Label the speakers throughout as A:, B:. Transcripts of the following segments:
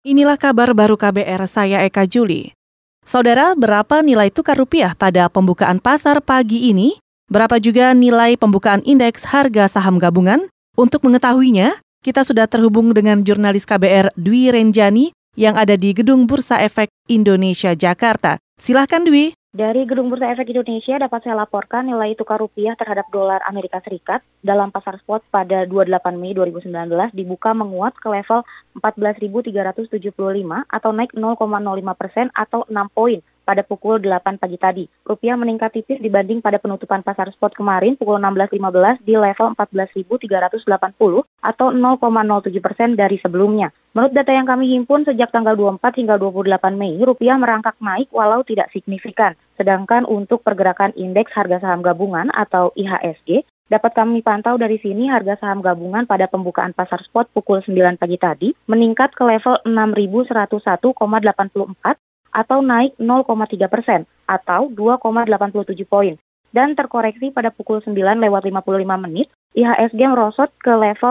A: Inilah kabar baru KBR, saya Eka Juli. Saudara, berapa nilai tukar rupiah pada pembukaan pasar pagi ini? Berapa juga nilai pembukaan indeks harga saham gabungan? Untuk mengetahuinya, kita sudah terhubung dengan jurnalis KBR Dwi Renjani yang ada di Gedung Bursa Efek Indonesia, Jakarta. Silahkan Dwi.
B: Dari Gedung Bursa Efek Indonesia dapat saya laporkan nilai tukar rupiah terhadap dolar Amerika Serikat dalam pasar spot pada 28 Mei 2019 dibuka menguat ke level 14.375 atau naik 0,05% atau 6 poin pada pukul 8 pagi tadi. Rupiah meningkat tipis dibanding pada penutupan pasar spot kemarin pukul 16.15 di level 14.380 atau 0,07% dari sebelumnya. Menurut data yang kami himpun sejak tanggal 24 hingga 28 Mei, rupiah merangkak naik walau tidak signifikan. Sedangkan untuk pergerakan indeks harga saham gabungan atau IHSG, dapat kami pantau dari sini harga saham gabungan pada pembukaan pasar spot pukul 9 pagi tadi meningkat ke level 6.101,84 atau naik 0,3% atau 2,87 poin. Dan terkoreksi pada pukul 9:55 IHSG merosot ke level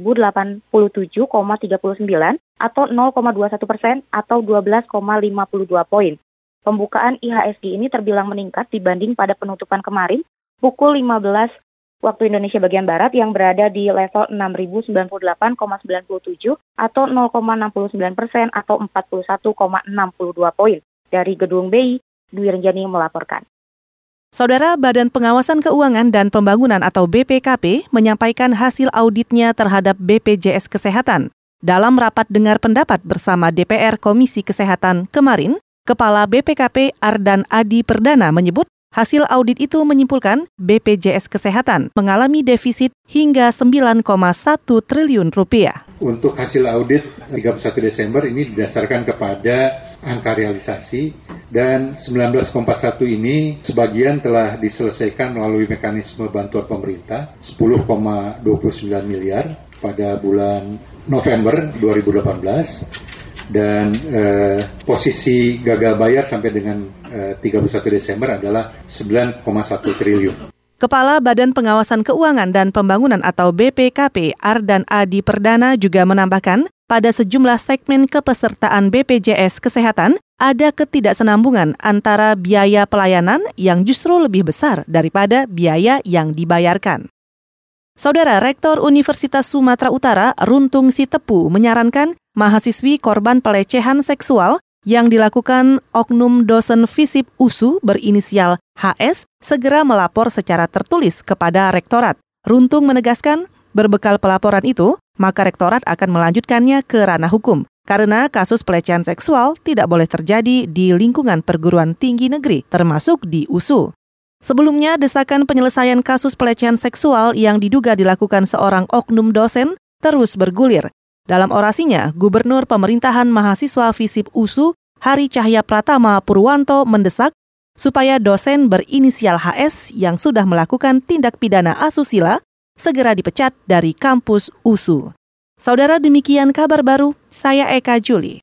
B: 6.087,39 atau 0,21% atau 12,52 poin. Pembukaan IHSG ini terbilang meningkat dibanding pada penutupan kemarin pukul 15 waktu Indonesia bagian Barat yang berada di level 6.098,97 atau 0,69% atau 41,62 poin. Dari Gedung BI, Dwi Renjani melaporkan.
A: Saudara, Badan Pengawasan Keuangan dan Pembangunan atau BPKP menyampaikan hasil auditnya terhadap BPJS Kesehatan. Dalam rapat dengar pendapat bersama DPR Komisi Kesehatan kemarin, Kepala BPKP Ardan Adi Perdana menyebut hasil audit itu menyimpulkan BPJS Kesehatan mengalami defisit hingga 9,1 triliun rupiah.
C: Untuk hasil audit 31 Desember ini didasarkan kepada angka realisasi dan 19,1 ini sebagian telah diselesaikan melalui mekanisme bantuan pemerintah 10,29 miliar pada bulan November 2018 dan posisi gagal bayar sampai dengan 31 Desember adalah 9,1 triliun.
A: Kepala Badan Pengawasan Keuangan dan Pembangunan atau BPKP Ardan Adi Perdana juga menambahkan pada sejumlah segmen kepesertaan BPJS Kesehatan ada ketidaksenambungan antara biaya pelayanan yang justru lebih besar daripada biaya yang dibayarkan. Saudara, Rektor Universitas Sumatera Utara Runtung Sitepu menyarankan mahasiswi korban pelecehan seksual yang dilakukan oknum dosen FISIP USU berinisial HS segera melapor secara tertulis kepada Rektorat. Runtung menegaskan, berbekal pelaporan itu, maka Rektorat akan melanjutkannya ke ranah hukum. Karena kasus pelecehan seksual tidak boleh terjadi di lingkungan perguruan tinggi negeri, termasuk di USU. Sebelumnya, desakan penyelesaian kasus pelecehan seksual yang diduga dilakukan seorang oknum dosen terus bergulir. Dalam orasinya, Gubernur Pemerintahan Mahasiswa FISIP USU, Hari Cahya Pratama Purwanto mendesak supaya dosen berinisial HS yang sudah melakukan tindak pidana asusila segera dipecat dari kampus USU. Saudara, demikian kabar baru, saya Eka Juli.